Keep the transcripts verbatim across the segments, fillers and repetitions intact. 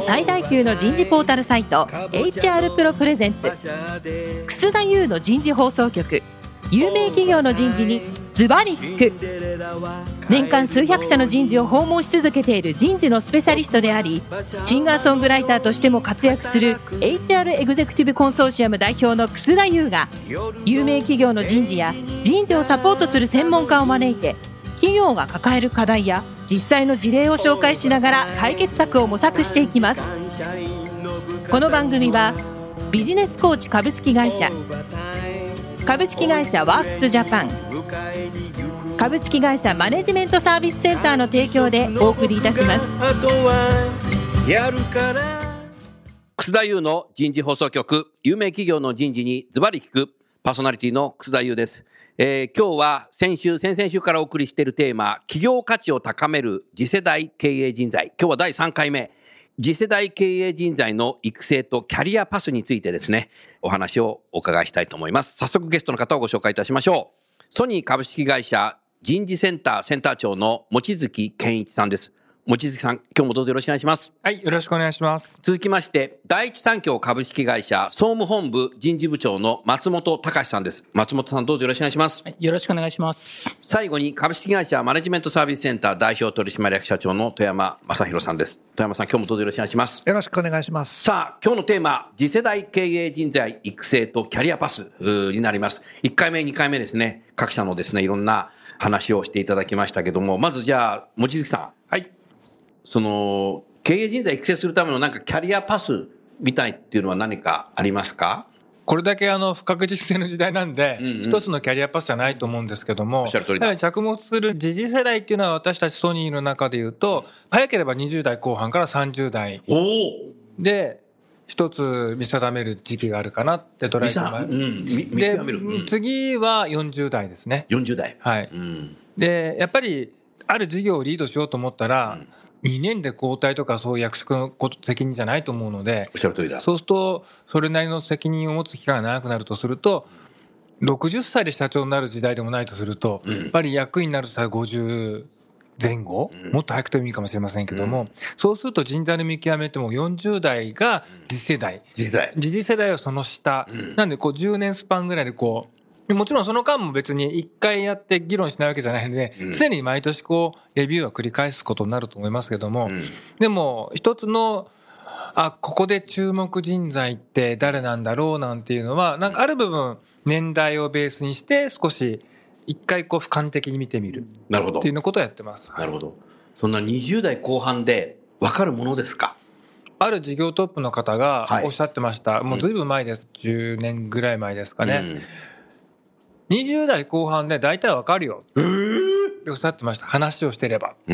最大級の人事ポータルサイト エイチアール プロプレゼンツ楠田優の人事放送局。有名企業の人事にズバリ聞く。年間数百社の人事を訪問し続けている人事のスペシャリストであり、シンガーソングライターとしても活躍する エイチアール エグゼクティブコンソーシアム代表の楠田優が、有名企業の人事や人事をサポートする専門家を招いて、企業が抱える課題や実際の事例を紹介しながら解決策を模索していきます。この番組はビジネスコーチ株式会社、株式会社ワークスジャパン、株式会社マネジメントサービスセンターの提供でお送りいたします。 楠田優の人事放送局、有名企業の人事にズバリ聞く。パーソナリティの楠田優です。えー、今日は先週先々週からお送りしているテーマ、企業価値を高める次世代経営人材。今日はだいさんかいめ、次世代経営人材の育成とキャリアパスについてですね、お話をお伺いしたいと思います。早速ゲストの方をご紹介いたしましょう。ソニー株式会社人事センターセンター長の望月健一さんです。望月さん、今日もどうぞよろしくお願いします。 はい、よろしくお願いします。 続きまして、第一三共株式会社総務本部人事部長の松本隆さんです。松本さん、どうぞよろしくお願いします。 はい、よろしくお願いします。 最後に株式会社マネジメントサービスセンター代表取締役社長の富山正弘さんです。富山さん、今日もどうぞよろしくお願いします。 よろしくお願いします。 さあ、今日のテーマ、次世代経営人材育成とキャリアパスになります。いっかいめ、にかいめですね、各社のですね、いろんな話をしていただきましたけども、まずじゃあ、望月さん。 はい。 その、経営人材育成するためのなんかキャリアパスみたいっていうのは何かありますか？ これだけあの不確実性の時代なんで、うんうん、一つのキャリアパスじゃないと思うんですけども、 おっしゃる通りだ。 やはり着目する次次世代っていうのは私たちソニーの中で言うと、早ければにじゅう代後半からさんじゅう代で一つ見定める時期があるかなって捉えてます。うん、で、うん、次はよんじゅう代ですね。 よんじゅう代。 はい。うん、で、やっぱりある事業をリードしようと思ったら、うんにねんで交代とかそういう役職のこと責任じゃないと思うので、 おっしゃる通りだ。 そうするとそれなりの責任を持つ期間が長くなるとすると、ろくじゅっさいで社長になる時代でもないとすると、うん、やっぱり役員になるとしたらごじゅうぜん後、うん、もっと早くてもいいかもしれませんけども、うん、そうすると人材の見極めてもよんじゅう代が次世代、 次世代、 次次世代はその下、うん、なんでこうじゅうねんスパンぐらいでこうもちろんその間も別に一回やって議論しないわけじゃないので、うん、常に毎年こうレビューは繰り返すことになると思いますけども、うん、でも一つのあここで注目人材って誰なんだろうなんていうのはなんかある部分年代をベースにして少し一回こう俯瞰的に見てみるなるほどっていうのことをやってます。 なるほど。そんなにじゅう代後半で分かるものですか？ ある事業トップの方がおっしゃってました、はい、もうずいぶん前です、じゅうねんぐらい前ですかね、うんにじゅう代後半で大体わかるよっておっしゃってました。話をしてれば、うん、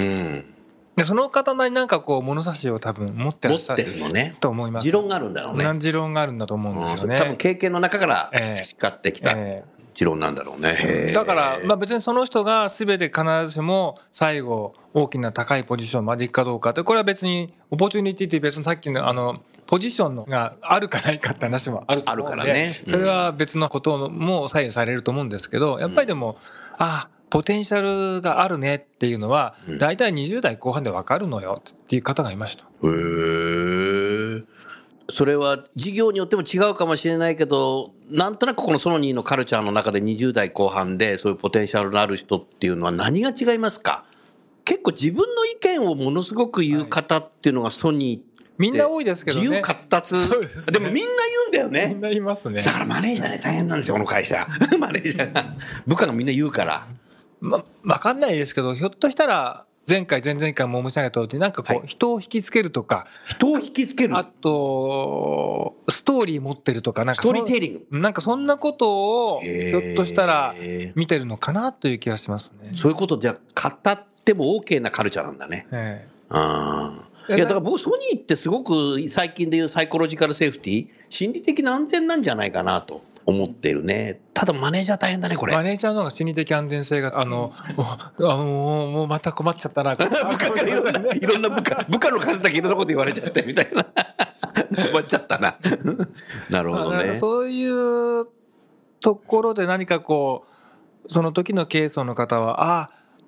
でその方なりなんかこう物差しを多分持ってらっしゃる持ってるのねと思います。 持論があるんだろうね。 持論があるんだと思うんですよね、 うん、多分経験の中から培ってきた、えーえー持論なんだろうね。 だから、まあ、別にその人が全て必ずしも最後大きな高いポジションまで行くかどうかってこれは別にオポチュニティって別のさっきのあのポジションがあるかないかって話もあると思うので、あるからね、うん、それは別のことも左右されると思うんですけど、やっぱりでも、うん、あポテンシャルがあるねっていうのは大体にじゅう代後半で分かるのよっていう方がいました。 へー。それは事業によっても違うかもしれないけど、なんとなくこのソニーのカルチャーの中でにじゅう代後半でそういうポテンシャルのある人っていうのは何が違いますか？結構自分の意見をものすごく言う方っていうのがソニー、 みんな多いですけどね。 自由闊達。そうですね。でもみんな言うんだよね。 みんな言いますね。 だからマネージャーね大変なんですよこの会社。マネージャー部下がみんな言うから。 まわかんないですけど、ひょっとしたら前回前々回も申し上げた通りなんかこう、はい、人を引きつけるとか、 人を引きつける。 あとストーリー持ってるとか、なんかストーリーテイリング。 なんかそんなことをひょっとしたら見てるのかなという気がしますね。 そういうことじゃ語っても OK なカルチャーなんだね。えー、あいやだから僕ソニーってすごく最近でいうサイコロジカルセーフティー心理的な安全なんじゃないかなと思っているね。ただマネージャー大変だねこれ。 マネージャーの方が心理的安全性があの、うん、あもうもうまた困っちゃったな。部下がいろんな、いろんな部下部下の数だけいろんなこと言われちゃってみたいな困っちゃったな。なるほどね。 そういうところで何かこうその時の経営層の方はあ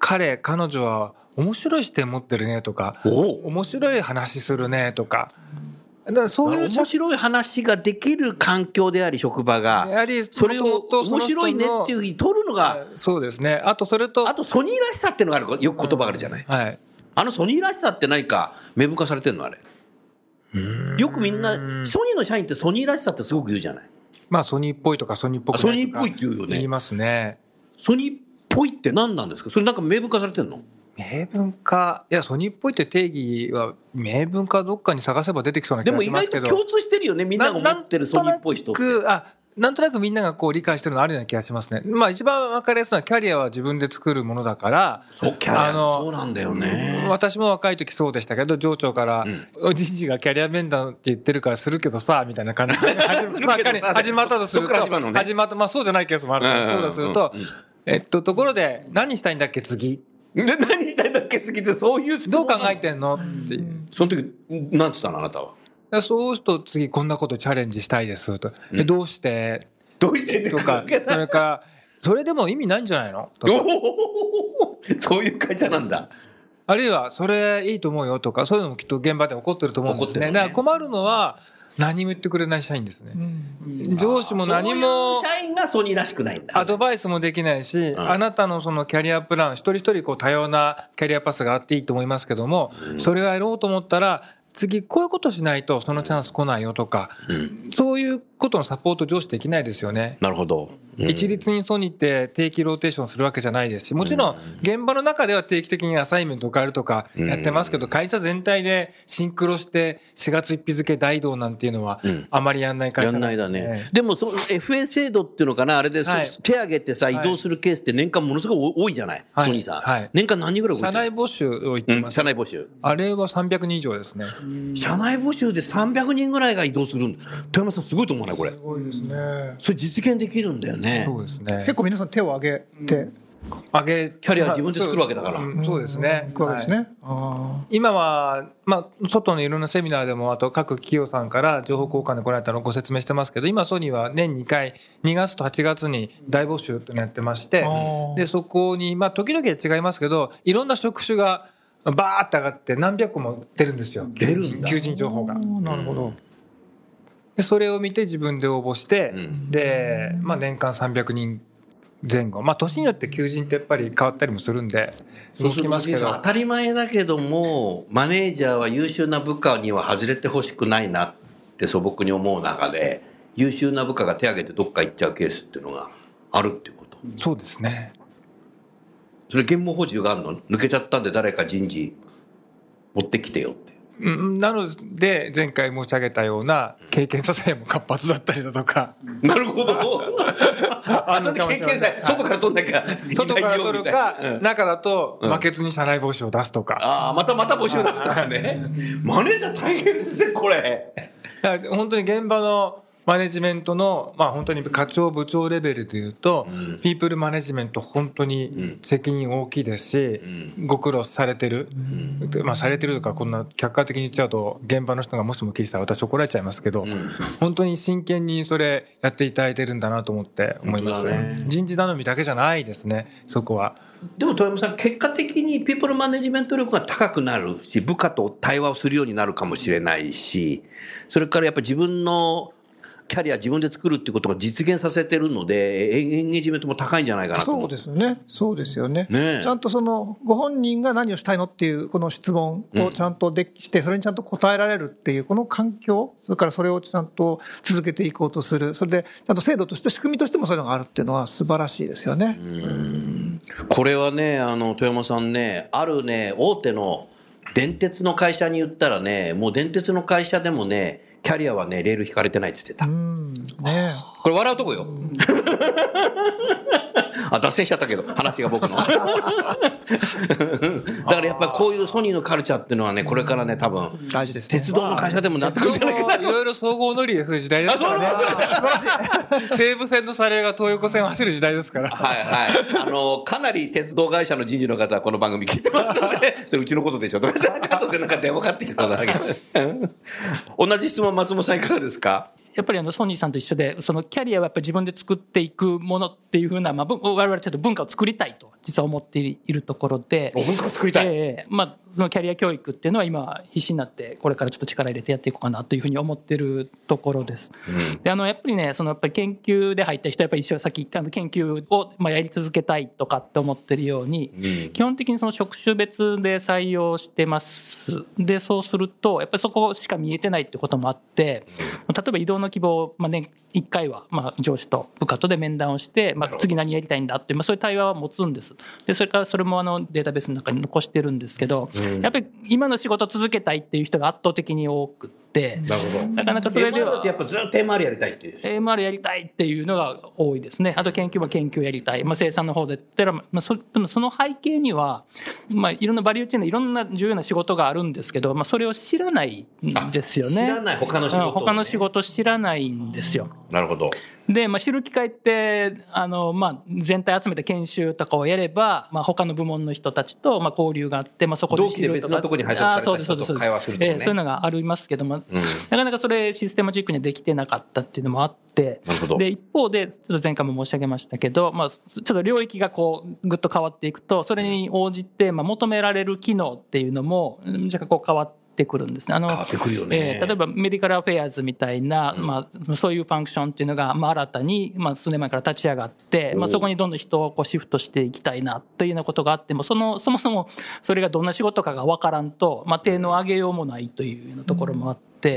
彼彼女は面白い視点持ってるねとか、面白い話するねとか、だからそういう面白い話ができる環境であり職場が、 やはりそれを面白いねっていうふうに取るのが、 そうですね。あとそれとあとソニーらしさっていうのがある、よく言葉があるじゃない、 はい、 あのソニーらしさって何か明文化されてるのあれ。よくみんなソニーの社員ってソニーらしさってすごく言うじゃない。 まあソニーっぽいとかソニーっぽくないとかソニーっぽいって言うよね。 言いますね。 ソニーっぽいって何なんですか。それなんか明文化されてるの。 明文化、いやソニーっぽいって定義は明文化どっかに探せば出てきそうな気でも意がしますけど、 外と共通してるよね、みんなが思ってるソニーっぽい人って。 なんとなくあなんとなくみんながこう理解してるのあるような気がしますね。まあ一番わかりやすいのはキャリアは自分で作るものだから、 そうキャリアそうなんだよね。 私も若い時そうでしたけど、上長から、うん、人事がキャリア面談って言ってるからするけどさみたいな感じで始まったとすると、始まった、まあそうじゃないケースもあるから、そうだとすると、えっとところで何したいんだっけ次。 で何したいんだっけ次ってそういう質問どう考えてんのっていう。 その時何つったのあなたは。 そうすると次こんなことチャレンジしたいですと、うん、えどうしてどうしてとか、それかそれでも意味ないんじゃないのとかそういう会社なんだ。 あるいはそれいいと思うよとか、そういうのもきっと現場で起こってると思うんですね。だから困るのは何も言ってくれない社員ですね、うん、上司も何もそういう社員がソニーらしくないんだ、ね、 アドバイスもできないし、うん、あなたのそのキャリアプラン一人一人こう多様なキャリアパスがあっていいと思いますけども、うん、それをやろうと思ったら次こういうことしないとそのチャンス来ないよとか、うん、そういうことのサポート上司できないですよね。 なるほど、 うん、一律にソニーって定期ローテーションするわけじゃないですし、もちろん現場の中では定期的にアサイメントを変えるとかやってますけど、会社全体でシンクロしてしがつついたち付大移動なんていうのはあまりやんない会社なんで、 やんないだね。でもその エフエー 制度っていうのかな、あれで、はい、手挙げてさ移動するケースって年間ものすごい多いじゃない、はい、ソニーさん、はい、年間何人ぐらい動いてる。 社内募集を言ってます、 うん、社内募集あれはさんびゃくにん以上ですね。 社内募集でさんびゃくにんぐらいが移動するんだ。富山さんすごいと思うねこれ。 すごいですね。 それ実現できるんだよね。 そうですね。 結構皆さん手を挙げて、うん、 挙げキャリア自分で作るわけだから。 そう、そうですね。 そうですね。はい、 あ今はまあ外のいろんなセミナーでもあと各企業さんから情報交換で来られたのをご説明してますけど、今ソニーは年にかいにがつとはちがつに大募集というのをやってまして、でそこにまあ時々は違いますけど、いろんな職種がバーッと上がって何百個も出るんですよ。 出るんだ。 求人情報が。 なるほど。 でそれを見て自分で応募して、うん、で、まあ、年間さんびゃくにん前後、まあ、年によって求人ってやっぱり変わったりもするんで動きますけど、 当たり前だけどもマネージャーは優秀な部下には外れてほしくないなって素朴に思う中で、優秀な部下が手挙げてどっか行っちゃうケースっていうのがあるっていうこと。 そうですね。 それ現務補充があるの。抜けちゃったんで誰か人事持ってきてよって。 なので前回申し上げたような経験さえも活発だったりだとか、 なるほどあの経験さえ外から取んなきゃ外から取るか、うん、中だと負けずに社内募集を出すとか、 うん、ああまたまた募集出すとかねマネージャー大変ですねこれ。 本当に現場のマネジメントの、まあ本当に課長部長レベルでいうと、うん、ピープルマネジメント本当に責任大きいですし、うん、ご苦労されてる、うん、まあされてるとかこんな客観的に言っちゃうと現場の人がもしも聞いたら私怒られちゃいますけど、うん、本当に真剣にそれやっていただいてるんだなと思って思います、ね、人事頼みだけじゃないですねそこは。 でも富山さん結果的にピープルマネジメント力が高くなるし部下と対話をするようになるかもしれないし、それからやっぱり自分のキャリア自分で作るっていうことが実現させてるのでエンゲージメントも高いんじゃないかなと。 そうですね。そうですよね。ねちゃんとそのご本人が何をしたいのっていうこの質問をちゃんとできて、それにちゃんと答えられるっていうこの環境、それからそれをちゃんと続けていこうとする、それでちゃんと制度として仕組みとしてもそういうのがあるっていうのは素晴らしいですよね。 うんこれはねあの富山さんね、あるね大手の電鉄の会社に言ったらね、もう電鉄の会社でもねキャリアはねレール引かれてないって言ってた。うんねこれ笑うとこよ。あ脱線しちゃったけど話が僕の。だからやっぱりこういうソニーのカルチャーっていうのはねこれからね多分大事ですね。 鉄道の会社でもなってくるんじゃないかな。 いろいろ総合乗りで降る時代ですからね。西武線の車両が東横線を走る時代ですから。 はいはい。あのかなり鉄道会社の人事の方はこの番組聞いてますので、それうちのことでしょ。後でなんか電話かかってきそうだけど。同じ質問松本さんいかがですか。 やっぱりあのソニーさんと一緒で、そのキャリアはやっぱり自分で作っていくものっていうふうな、まあ、我々ちょっと文化を作りたいと実は思っているところで、 文化を作りたい、 えーまあ、そのキャリア教育っていうのは今必死になってこれからちょっと力入れてやっていこうかなというふうに思っているところです。うん、であのやっぱりね、そのやっぱり研究で入った人はやっぱり一緒さっきあの研究をまあやり続けたいとかって思ってるように、うん、基本的にその職種別で採用してます。でそうするとやっぱりそこしか見えてないってこともあって、うん、例えば移動の希望、まあね、いっかいはまあ上司と部下とで面談をして、まあ、次何やりたいんだって、まあ、そういう対話を持つんです。でそれからそれもあのデータベースの中に残してるんですけど、うん、やっぱり今の仕事を続けたいっていう人が圧倒的に多くて、なるほど、なかなかそれではエムアール ってやっぱずっと エムアール やりたいっていうエムアール やりたいっていうのが多いですね。あと研究は研究やりたい、まあ、生産の方で言ったら、まあ、そ, でもその背景には、まあ、いろんなバリューチェーンでいろんな重要な仕事があるんですけど、まあ、それを知らないんですよね。 知らない他の仕事を、ね、 他の仕事知らないんですよ。 なるほど。 で、まあ、知る機会ってあの、まあ、全体集めて研修とかをやれば、まあ、他の部門の人たちとまあ交流があって、まあ、そこで知るとか、同期で別のところに配属された人と会話するとかね、そういうのがありますけども、うん、なかなかそれシステマチックにはできてなかったっていうのもあって、で一方でちょっと前回も申し上げましたけど、まあ、ちょっと領域がこうぐっと変わっていくと、それに応じてまあ求められる機能っていうのも若干こう変わってってくるんですね。あの変わってくるよね。えー、例えばメディカルアフェアーズみたいな、うん、まあ、そういうファンクションっていうのが、まあ、新たに、まあ、数年前から立ち上がって、まあ、そこにどんどん人をこうシフトしていきたいなというようなことがあっても、そのそもそもそれがどんな仕事かが分からんと、まあ、手の上げようもないというようなところもあって、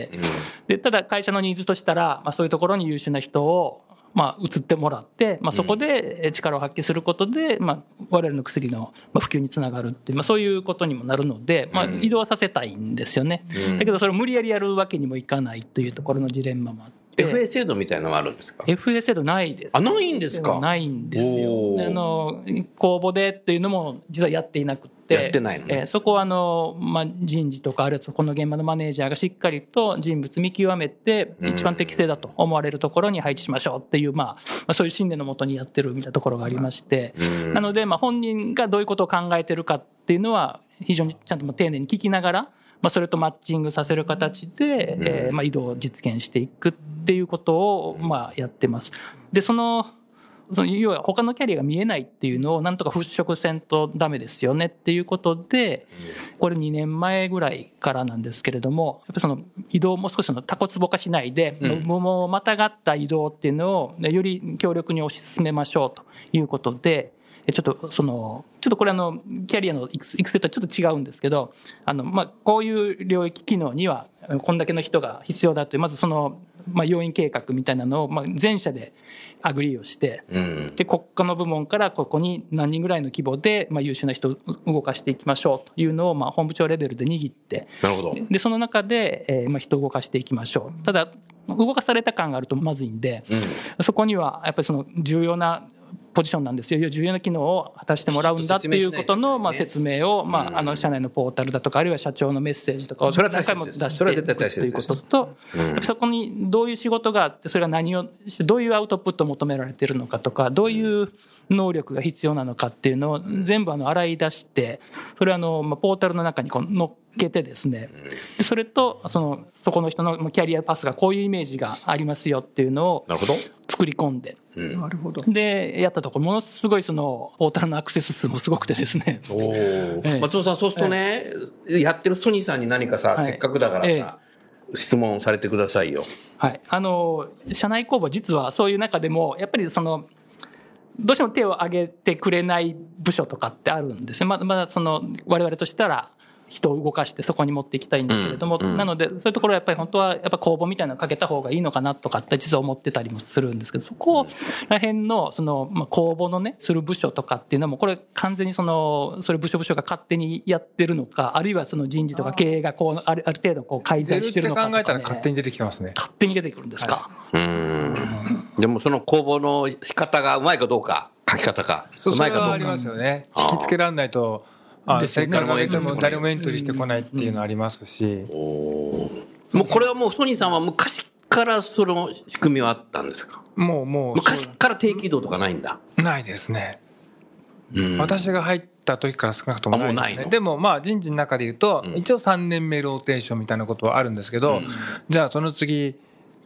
うん、でただ会社のニーズとしたら、まあ、そういうところに優秀な人をまあ、移ってもらって、まあ、そこで力を発揮することで、まあ、我々の薬の普及につながるっていう、まあ、そういうことにもなるので、まあ、移動させたいんですよね。だけどそれを無理やりやるわけにもいかないというところのジレンマもあって。 エフエー 制度みたいなのはあるんですか？ エフエー 制度ないです。 あ、ないんですか？ ないんですよ。あの公募でっていうのも実はやっていなくて、 やってないのね。 えー、そこはあの、まあ、人事とかあるいはこの現場のマネージャーがしっかりと人物見極めて一番適正だと思われるところに配置しましょうっていう、まあ、そういう信念のもとにやってるみたいなところがありまして、なので、まあ、本人がどういうことを考えてるかっていうのは非常にちゃんと丁寧に聞きながら、まあ、それとマッチングさせる形で、えーまあ、移動を実現していくっていうことをまあやってます。でそのその要は他のキャリアが見えないっていうのをなんとか払拭せんとダメですよねっていうことで、これにねんまえぐらいからなんですけれども、やっぱりその移動をもう少しそのタコツボ化しないで、部門をまたがった移動っていうのをより強力に推し進めましょうということで、ちょっとそのちょっとこれあのキャリアの育成とはちょっと違うんですけど、あのまあこういう領域機能にはこんだけの人が必要だというまずそのまあ要員計画みたいなのをまあ全社でアグリーをして、で国家の部門からここに何人ぐらいの規模でまあ優秀な人を動かしていきましょうというのをまあ本部長レベルで握って、なるほど。でその中でえまあ人を動かしていきましょう。ただ動かされた感があるとまずいんで、うん、そこにはやっぱりその重要なポジションなんですよ。重要な機能を果たしてもらうんだっていうことのまあ説明を、まああの社内のポータルだとかあるいは社長のメッセージとかを何回も出していくということと、そこにどういう仕事があってそれが何をどういうアウトプットを求められているのかとか、どういう能力が必要なのかっていうのを全部あの洗い出して、それはあのまあポータルの中にこう乗っけてですね、でそれとそのそこの人のキャリアパスがこういうイメージがありますよっていうのを作り込んで、 なるほど。 でやったところものすごいそのポータルのアクセス数もすごくてですね。 おええ、松尾さんそうするとね、ええ、やってるソニーさんに何かさ、はい、せっかくだからさ、ええ、質問されてくださいよ。 はい、あの社内公募実はそういう中でもやっぱりそのどうしても手を挙げてくれない部署とかってあるんですね。まだまだその我々としたら人を動かしてそこに持っていきたいんだけれども、うんうん、なのでそういうところはやっぱり本当はやっぱ公募みたいなのをかけた方がいいのかなとかって実は思ってたりもするんですけど、そこら辺のそのまあ公募のねする部署とかっていうのもこれ完全にそのそれ部署部署が勝手にやってるのか、あるいはその人事とか経営がこうあるある程度こう改善してるのかとか、ね、 考えたら勝手に出てきますね。 勝手に出てくるんですか。 はい、うん。でもその公募の仕方がうまいかどうか、書き方かうまいかどうか、それはありますよね。引きつけられないと。ああ、誰もエントリー誰もエントリーしてこないっていうのありますし、うん、 おもうこれはもうソニーさんは昔からその仕組みはあったんですか？ もうもう昔から定期移動とかないんだ？ ないですね、うん、私が入った時から少なくともないですね。でもまあ人事の中で言うと、うん、一応さんねんめローテーションみたいなことはあるんですけど、うん、じゃあその次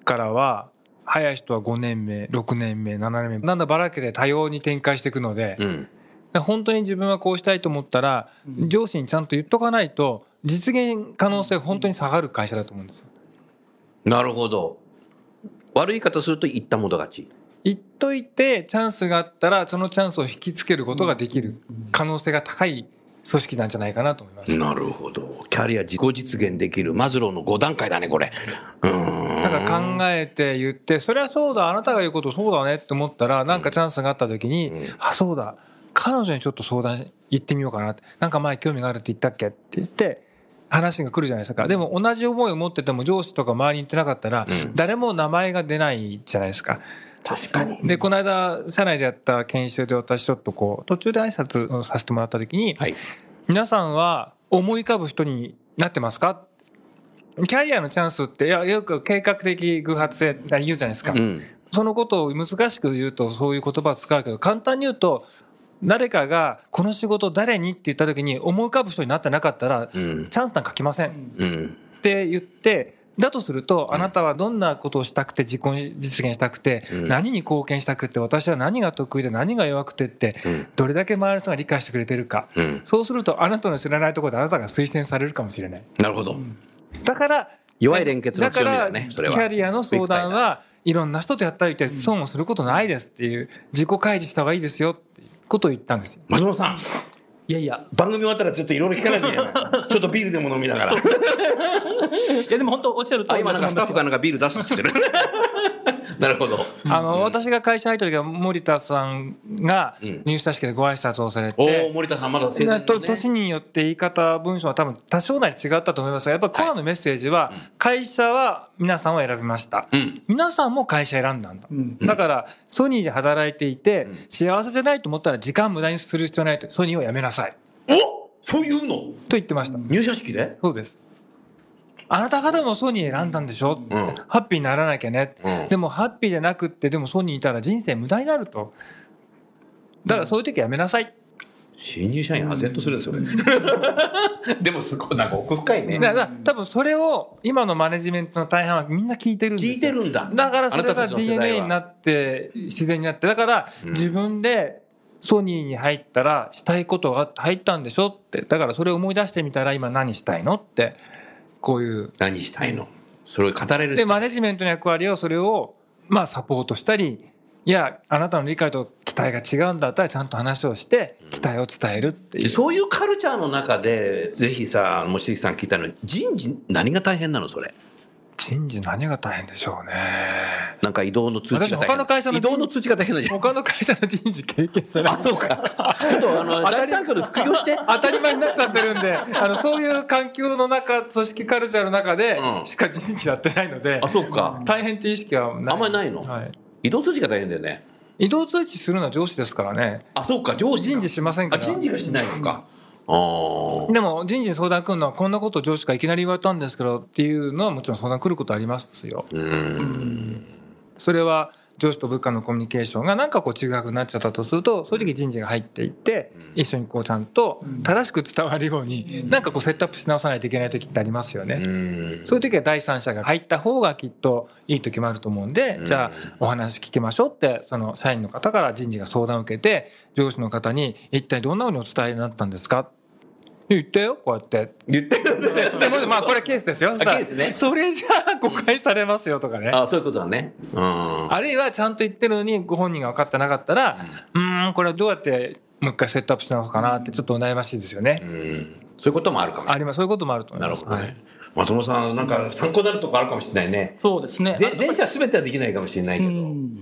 からは早い人はごねんめろくねんめななねんめなんだばらけで多様に展開していくので、うん、本当に自分はこうしたいと思ったら上司にちゃんと言っとかないと実現可能性が本当に下がる会社だと思うんですよ。 なるほど。悪い言い方すると言ったもの勝ち。 言っといてチャンスがあったらそのチャンスを引きつけることができる可能性が高い組織なんじゃないかなと思います。 なるほど。キャリア自己実現できるマズローのご段階だねこれ。うーん。 だから考えて言ってそれはそうだあなたが言うことそうだねって思ったらなんかチャンスがあった時に、うん、あそうだ彼女にちょっと相談行ってみようかなってなんか前興味があるって言ったっけって言って話が来るじゃないですか。でも同じ思いを持ってても上司とか周りに行ってなかったら、うん、誰も名前が出ないじゃないですか。 確かに。 でこの間社内でやった研修で私ちょっとこう途中で挨拶をさせてもらった時に、はい、皆さんは思い浮かぶ人になってますか。キャリアのチャンスっていやよく計画的偶発性って言うじゃないですか、うん、そのことを難しく言うとそういう言葉を使うけど簡単に言うと誰かがこの仕事誰にって言った時に思い浮かぶ人になってなかったら、うん、チャンスなんか来ません、うん、って言ってだとするとあなたはどんなことをしたくて自己実現したくて、うん、何に貢献したくて私は何が得意で何が弱くてって、うん、どれだけ周りの人が理解してくれてるか、うん、そうするとあなたの知らないところであなたが推薦されるかもしれない。 なるほど、うん、 だから弱い連結の強みだね。それはキャリアの相談はいろんな人とやったりって損をすることないですっていう自己開示した方がいいですよっていうことを言ったんですよ。 松本さんいやいや番組終わったらちょっといろいろ聞かないといけないちょっとビールでも飲みながらいやでも本当おっしゃるとおり今なんかスタッフがなんかビール出すって言ってるなるほど。 あの、うん、私が会社入った時は森田さんが入社式でご挨拶をされて、 うん、お森田さんまだ生前のね年によって言い方文章は多分多少なり違ったと思いますがやっぱりコアのメッセージは、はい、会社は皆さんを選びました、うん、皆さんも会社選んだんだ、うん、だからソニーで働いていて、うん、幸せじゃないと思ったら時間無駄にする必要ないとソニーを辞めなさいおそういうのと言ってました。 入社式でそうです。あなた方もソニー選んだんでしょ、うん、ハッピーにならなきゃね、うん、でもハッピーでなくってでもソニーにいたら人生無駄になるとだからそういう時はやめなさい、うん、 新入社員はぜんとするんですよねでもすごいなんか奥深いね。 だから多分それを今のマネジメントの大半はみんな聞いてるんですよ。 聞いてるんだ。 だからそれが ディーエヌエー になって自然になってだから自分でソニーに入ったらしたいことが入ったんでしょってだからそれを思い出してみたら今何したいのってこういう何したいのそれを語れるでマネジメントの役割をそれをまあサポートしたりいやあなたの理解と期待が違うんだったらちゃんと話をして期待を伝えるっていう、うん、 そういうカルチャーの中でぜひさ望月さん聞いたの人事何が大変なのそれ人事何が大変でしょうね。 なんか移動の通知が大変。 他の会社の移動の通知が大変なんじゃん。 他の会社の人事経験されあ、そうか。ちょっとあの第三挙で副業して当たり前になっちゃってるんで、あのそういう環境の中、組織カルチャーの中でしか人事やってないので、 うん、あ、そうか。 大変っていう意識はない。 あんまりないの。はい。移動通知が大変だよね。 移動通知するのは上司ですからね。 あ、そうか、上司。 人事しませんから。 あ、人事がしてないのか。 あでも人事に相談来るのはこんなことを上司からいきなり言われたんですけどっていうのはもちろん相談来ることありますよ。うんうんそれは上司と部下のコミュニケーションがなんかこう違くなっちゃったとするとそういう時人事が入っていって一緒にこうちゃんと正しく伝わるようになんかこうセットアップし直さないといけない時ってありますよね。うんそういう時は第三者が入った方がきっといい時もあると思うんでじゃあお話聞きましょうってその社員の方から人事が相談を受けて上司の方に一体どんなふうにお伝えになったんですか言ってよこうやって言ってよでもまあこれケースですよ。 ケースね。 それじゃあ誤解されますよとかね。 あそういうことだね。うんあるいはちゃんと言ってるのにご本人が分かってなかったらうーんこれはどうやってもう一回セットアップし直すかなってちょっと悩ましいですよね。 うんそういうこともあるかもしれない。 ありますそういうこともあると思います。 なるほどね。はい松本さんなんか参考になるとこあるかもしれないね。 そうですね。 全社全てはできないかもしれないけど、うん、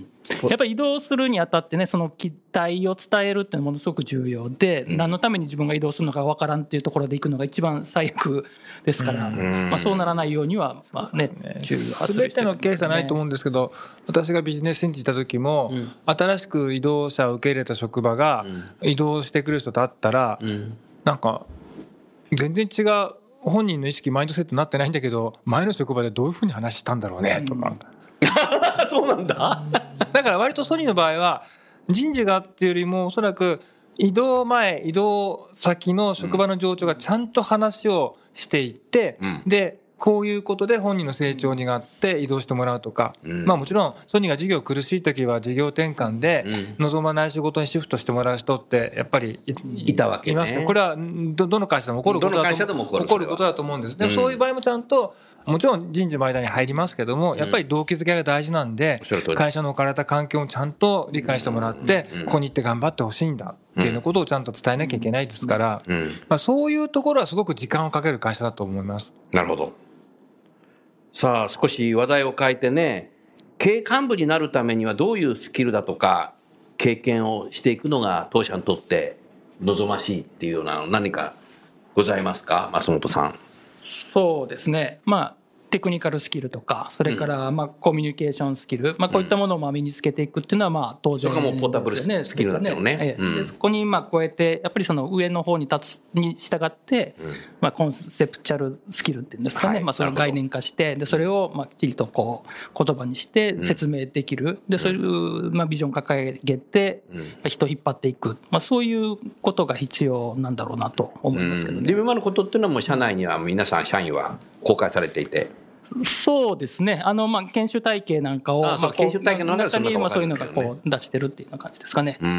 やっぱり移動するにあたってねその期待を伝えるっていうのはものすごく重要で、うん、何のために自分が移動するのか分からんっていうところで行くのが一番最悪ですから、うんまあ、そうならないようにはまあね注意を発する必要がありますね。 全てのケースはないと思うんですけど私がビジネスに行った時も、うん、新しく移動者を受け入れた職場が移動してくる人と会ったら、うん、なんか全然違う本人の意識マインドセットになってないんだけど前の職場でどういうふうに話したんだろうねとか、うん、 そうなんだだから割とソニーの場合は人事がっていうよりもおそらく移動前移動先の職場の状況がちゃんと話をしていって、うん、でこういうことで本人の成長にがあって移動してもらうとか、 うん、 まあもちろんソニーが事業苦しい時は事業転換で望まない仕事にシフトしてもらう人ってやっぱり い, いたわけね。 いますけど、これは ど, どの会社でも起こることだと思う、起こることだと思うんです。でもそういう場合もちゃんと、もちろん人事の間に入りますけども、やっぱり動機づけが大事なんで、うん、会社の置かれた環境をちゃんと理解してもらって、うん、ここに行って頑張ってほしいんだっていうことをちゃんと伝えなきゃいけないですから、うんまあ、そういうところはすごく時間をかける会社だと思います。 なるほど。さあ少し話題を変えてね、経営幹部になるためにはどういうスキルだとか経験をしていくのが当社にとって望ましいっていうような何かございますか、松本さん。 そうですね、まあテクニカルスキルとか、それからまあコミュニケーションスキル、まあ、こういったものをまあ身につけていくっていうのはまあ当然ですよね。 そこもポータブルスキルだったのね。 でそこにまあ加えて、やっぱりその上の方に立つに従って、まあコンセプチャルスキルっていうんですかね、まあそれを概念化して、でそれをまあきっちりとこう言葉にして説明できる、でそういうまあビジョンを掲げて人を引っ張っていく、まあそういうことが必要なんだろうなと思いますけどね。 で今のことっていうのはもう社内には皆さん社員は公開されていて。 そうですね、あのまあ研修体系なんかを、 ああまあ、研修体系の中にそういうのがこう出してるっていうような感じですかね。 うん、うん、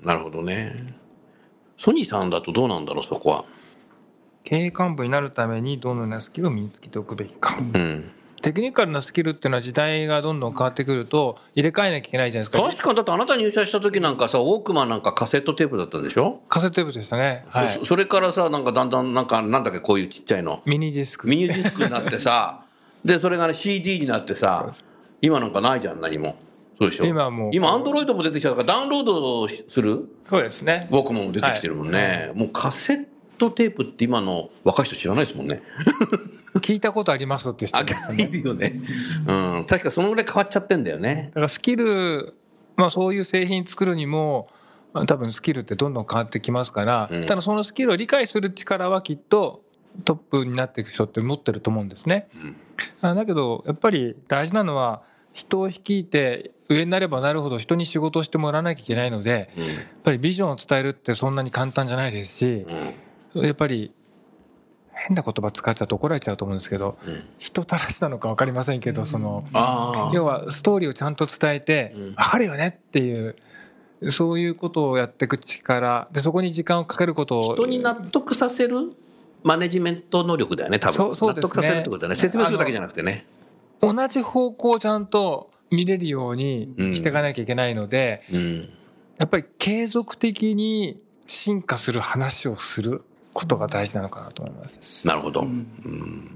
なるほどね。ソニーさんだとどうなんだろう、そこは。 経営幹部になるためにどのようなスキルを身につけておくべきか、うん、テクニカルなスキルっていうのは時代がどんどん変わってくると入れ替えなきゃいけないじゃないですか。 確かに、だってあなた入社した時なんかさ、ウォークマンなんかカセットテープだったんでしょ。 カセットテープでしたね、はい、 そ, それからさ、なんかだんだんなんかなんだっけ、こういうちっちゃいのミニディスクミニディスクになってさでそれがね シーディー になってさ、今なんかないじゃん、何も。そうでしょ。 今もう今アンドロイドも出てきちゃうからダウンロードする。 そうですね、 ウォークマンも出てきてるもんね、はい、もうカセットテープって今の若い人知らないですもんね聞いたことありますって人ですね。 いるよね、うん、確かそのぐらい変わっちゃってんだよね。 だからスキル、まあ、そういう製品作るにも多分スキルってどんどん変わってきますから、うん、ただそのスキルを理解する力はきっとトップになっていく人って持ってると思うんですね、うん、だけどやっぱり大事なのは人を率いて上になればなるほど人に仕事をしてもらわなきゃいけないので、うん、やっぱりビジョンを伝えるってそんなに簡単じゃないですし、うん、やっぱり変な言葉使っちゃうと怒られちゃうと思うんですけど、うん、人たらしなのか分かりませんけど、その要はストーリーをちゃんと伝えて、うん、分かるよねっていうそういうことをやっていく力で、そこに時間をかけることを人に納得させるマネジメント能力だよね、多分。そう、そうですね、納得させるってことだね。説明するだけじゃなくてね、 同じ方向をちゃんと見れるようにしていかなきゃいけないので、うんうん、やっぱり継続的に進化する話をすることが大事なのかなと思います。 なるほど、うんうん、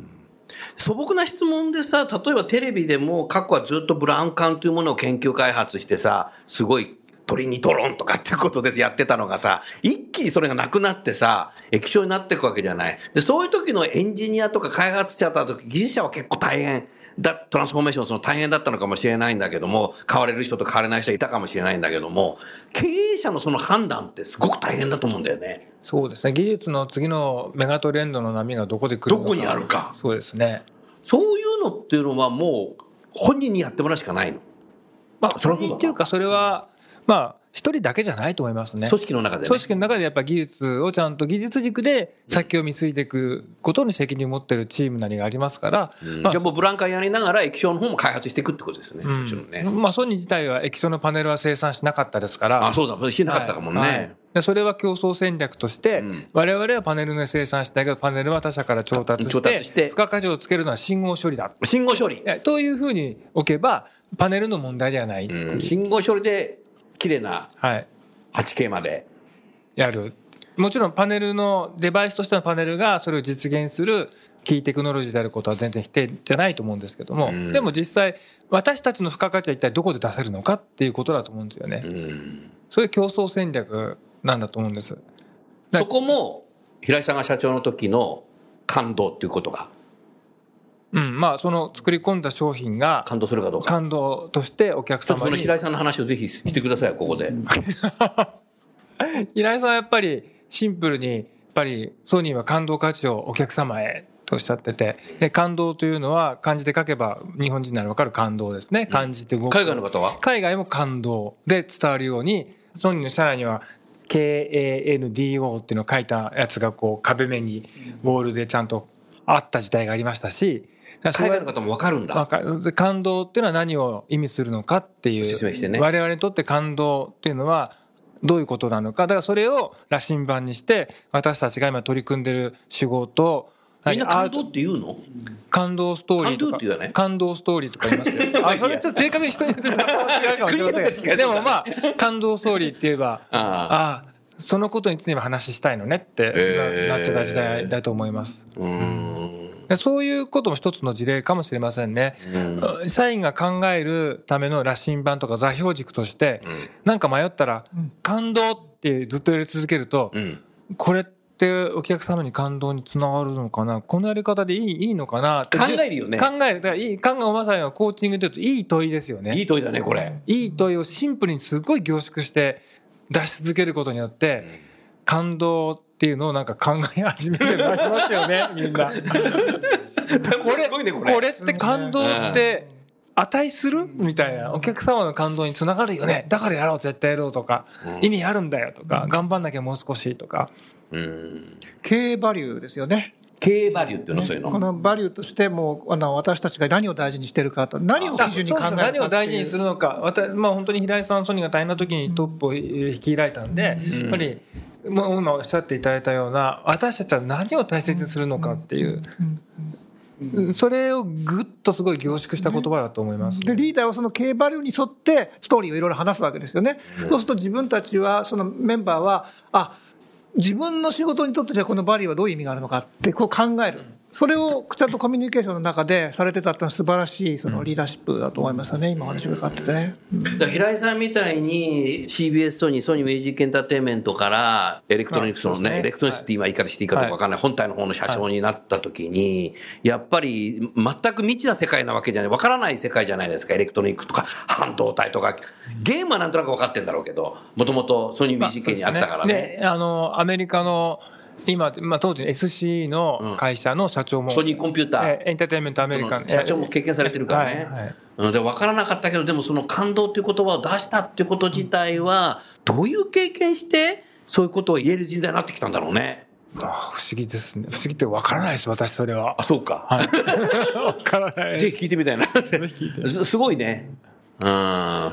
素朴な質問でさ、例えばテレビでも過去はずっとブラウン管というものを研究開発してさ、すごいトリニトロンとかっていうことでやってたのがさ、一気にそれがなくなってさ、液晶になっていくわけじゃない。で、そういう時のエンジニアとか開発者だと技術者は結構大変だ、トランスフォーメーションその大変だったのかもしれないんだけども、変われる人と変われない人いたかもしれないんだけども、経営者のその判断ってすごく大変だと思うんだよね。 そうですね。技術の次のメガトレンドの波がどこで来るのか。 どこにあるか。 そうですね。 そういうのっていうのはもう本人にやってもらうしかないの。 まあ、本人っていうかそれは、まあ、一人だけじゃないと思いますね。 組織の中でね。 組織の中でやっぱり技術をちゃんと技術軸で先を見ついていくことに責任を持ってるチームなりがありますから、 うんまあ、じゃあもうブランカーやりながら液晶の方も開発していくってことですね。うん、もちろんね。 まあソニー自体は液晶のパネルは生産しなかったですから。 あ、そうだ、しなかったかもね。はいはい、 でそれは競争戦略として、うん、我々はパネルの生産してたけどパネルは他社から調達して、調達して付加価値をつけるのは信号処理だ。 信号処理。 というふうに置けばパネルの問題ではない。 うん、信号処理で綺麗な。はい。はちケー までやる。もちろんパネルのデバイスとしてのパネルがそれを実現するキーテクノロジーであることは全然否定じゃないと思うんですけども、うん、でも実際私たちの付加価値は一体どこで出せるのかっていうことだと思うんですよね、うん、そういう競争戦略なんだと思うんです。 そこも平井さんが社長の時の感動っていうことがうん、まあその作り込んだ商品が感動するかどうか、 感動としてお客様に、 その平井さんの話をぜひしてくださいここで平井さんはやっぱりシンプルにやっぱりソニーは感動価値をお客様へとおっしゃってて、で感動というのは漢字で書けば日本人なら分かる感動ですね。漢字って動く、 海外の方は海外も感動で伝わるようにソニーの社内には ケーエーエヌディーオー っていうのを書いたやつがこう壁面にボールでちゃんとあった時代がありましたし、 海外の方も分かるんだ。 感動っていうのは何を意味するのかっていう。 説明してね。 我々にとって感動っていうのはどういうことなのか。だからそれを羅針盤にして、私たちが今取り組んでる仕事、 みんな感動って言うの？ 感動ストーリーとか。 感動って言うね。 感動ストーリーとか言いますよ。あ、それちょっと正確に人によって違うかもしれません。でもまあ、感動ストーリーって言えば、ああ、そのことについて今話したいのねってなってた時代だと思います。 うーん。 そういうことも一つの事例かもしれませんね。うん、社員が考えるための羅針盤とか座標軸として、うん、なんか迷ったら、うん、感動ってずっとやり続けると、うん、これってお客様に感動につながるのかな、このやり方でいいいいのかなって考えるよね。 考える。だからいい、考えまさにコーチングで言うといい問いですよね。 いい問いだね、これ。 いい問いをシンプルにすごい凝縮して出し続けることによって、うん、感動っていうのをなんか考え始めてなりますよね、みんな。これ、これ、これって感動って値するみたいな、お客様の感動につながるよね。だからやろう、絶対やろうとか、意味あるんだよとか、頑張んなきゃもう少しとか。 うん。 経営バリューですよね。 経営バリューっていうの、そういうの。 このバリューとしてもあの私たちが何を大事にしてるかと、何を基準に考えるか、 何を大事にするのか。また、まあ本当に平井さん、ソニーが大変な時にトップを率いられたんで、うん、やっぱり。もう今おっしゃっていただいたような、私たちは何を大切にするのかっていう、それをぐっとすごい凝縮した言葉だと思います。 でリーダーはその経営バリューに沿ってストーリーをいろいろ話すわけですよね。そうすると自分たちは、そのメンバーは、あ、自分の仕事にとってじゃあこのバリューはどういう意味があるのかってこう考える。それをちゃんとコミュニケーションの中でされてたってのは素晴らしいそのリーダーシップだと思いますよね、今お話が伺っててね。 うん、だ平井さんみたいに シービーエス ソニー、ソニーミュージックエンターテインメントからエレクトロニクスのね、ねエレクトロニクスって今言い方していいかどうか分かんない、はい、本体の方の社長になった時に、やっぱり全く未知な世界なわけじゃない、分からない世界じゃないですか。エレクトロニクスとか半導体とか、ゲームはなんとなく分かってんだろうけど、もともとソニーミュージックにあったからね。まあ、 ね、あの、アメリカの今、まあ、当時 エスシー の会社の社長も、うん、 ソニーコンピューター、 エンターテインメントアメリカン社長も経験されてるからね、はいはい、で分からなかったけど、でもその感動という言葉を出したっていうこと自体はどういう経験してそういうことを言える人材になってきたんだろうね。 ああ、不思議ですね。不思議って分からないです、私それは。 あ、そうか、 はい、分からない。 ぜひ聞いてみたいなす, すごいね。うん、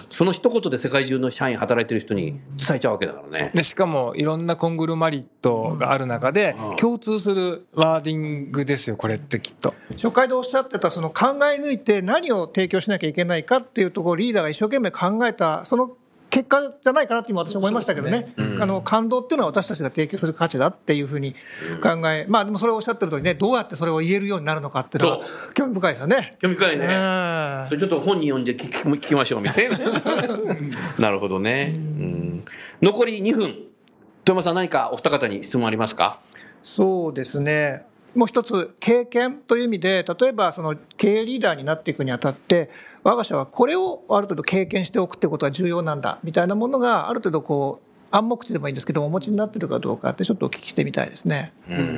その一言で世界中の社員働いてる人に伝えちゃうわけだからね。 でしかもいろんなコングルマリットがある中で共通するワーディングですよ、これってきっと。 初回でおっしゃってたその考え抜いて何を提供しなきゃいけないかっていうところをリーダーが一生懸命考えた、その結果じゃないかなって今私は思いましたけど ね, ね、うん、あの感動っていうのは私たちが提供する価値だっていうふうに考え、まあでもそれをおっしゃってる通りね、どうやってそれを言えるようになるのかっていうのは興味深いですよね。 興味深いね。それちょっと本人読んで聞き、聞きましょうみたいななるほどね、うん、残りにふん、富山さん何かお二方に質問ありますか？ そうですね、もう一つ経験という意味で、例えばその経営リーダーになっていくにあたって我が社はこれをある程度経験しておくってことが重要なんだみたいなものがある程度こう暗黙知でもいいんですけどお持ちになっているかどうかってちょっとお聞きしてみたいですね、うんうん、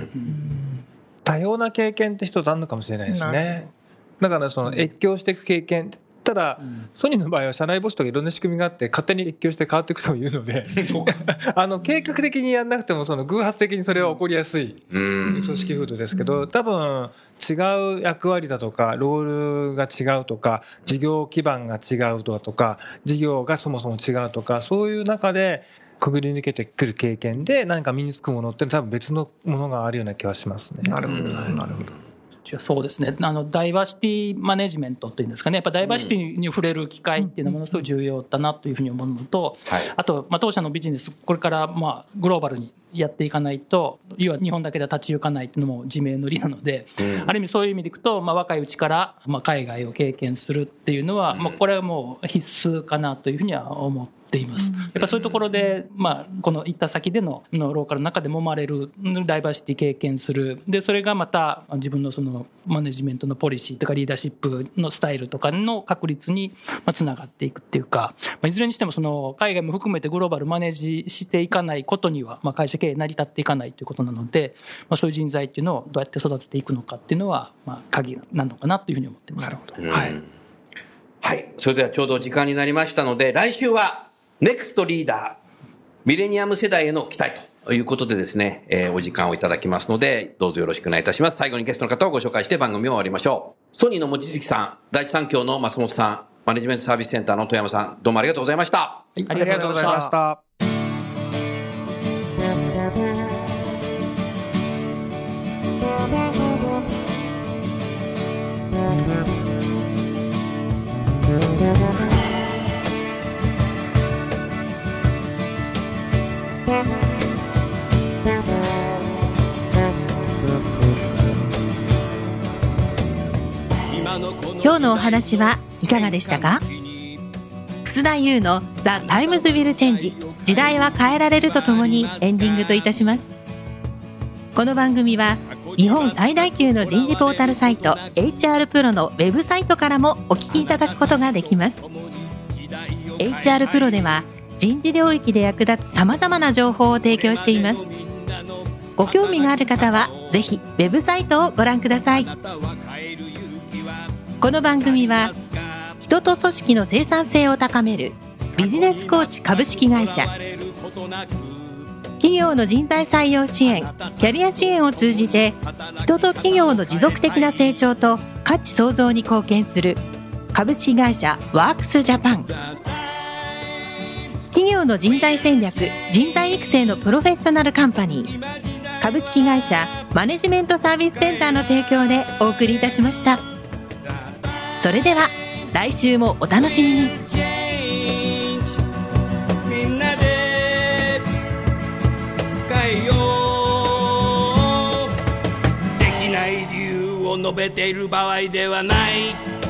多様な経験って一つあるのかもしれないですね。だからその越境していく経験、ただ、うん、ソニーの場合は社内ボスとかいろんな仕組みがあって勝手に越境して変わっていくというのであの計画的にやんなくてもその偶発的にそれは起こりやすい組織風土ですけど、多分違う役割だとかロールが違うとか事業基盤が違うとか事業がそもそも違うとか、そういう中でくぐり抜けてくる経験で何か身につくものって多分別のものがあるような気はしますね。 なるほど、なるほど。 そうですね、あのダイバーシティマネジメントというんですかね、やっぱダイバーシティに触れる機会っていうのはものすごい重要だなというふうに思うのと、はい、あと、まあ、当社のビジネスこれからまあグローバルにやっていかないと、要は日本だけでは立ち行かないっていうのも自明の理なので、うん、ある意味そういう意味でいくと、まあ、若いうちからまあ海外を経験するっていうのは、うん、まあ、これはもう必須かなというふうには思っています。やっぱそういうところで、まあ、この行った先でののローカルの中で揉まれるダイバーシティ経験する、でそれがまた自分のそのマネジメントのポリシーとかリーダーシップのスタイルとかの確立につながっていくっていうか、まあ、いずれにしてもその海外も含めてグローバルマネージしていかないことには、まあ、会社経営成り立っていかないということなので、まあ、そういう人材っていうのをどうやって育てていくのかっていうのは、まあ、鍵なのかなというふうに思ってます。 なるほど、 はい、はい、それではちょうど時間になりましたので、来週はネクストリーダーミレニアム世代への期待とということでですね、えー、お時間をいただきますので、どうぞよろしくお願いいたします。最後にゲストの方をご紹介して番組を終わりましょう。ソニーの望月さん、第一三共の松本さん、マネジメントサービスセンターの富山さん、どうもありがとうございました。 はい、ありがとうございました。 今日のお話はいかがでしたか？楠田優の The Times Will Change 時代は変えられるとともにエンディングといたします。この番組は日本最大級の人事ポータルサイト エイチアール プロのウェブサイトからもお聞きいただくことができます。 エイチアール プロでは人事領域で役立つさまざまな情報を提供しています。ご興味がある方はぜひウェブサイトをご覧ください。この番組は人と組織の生産性を高めるビジネスコーチ株式会社、企業の人材採用支援、キャリア支援を通じて人と企業の持続的な成長と価値創造に貢献する株式会社ワークスジャパン、企業の人材戦略、人材育成のプロフェッショナルカンパニー株式会社マネジメントサービスセンターの提供でお送りいたしました。それでは来週もお楽しみに。 みんなで変えよう。できない理由を述べている場合ではない。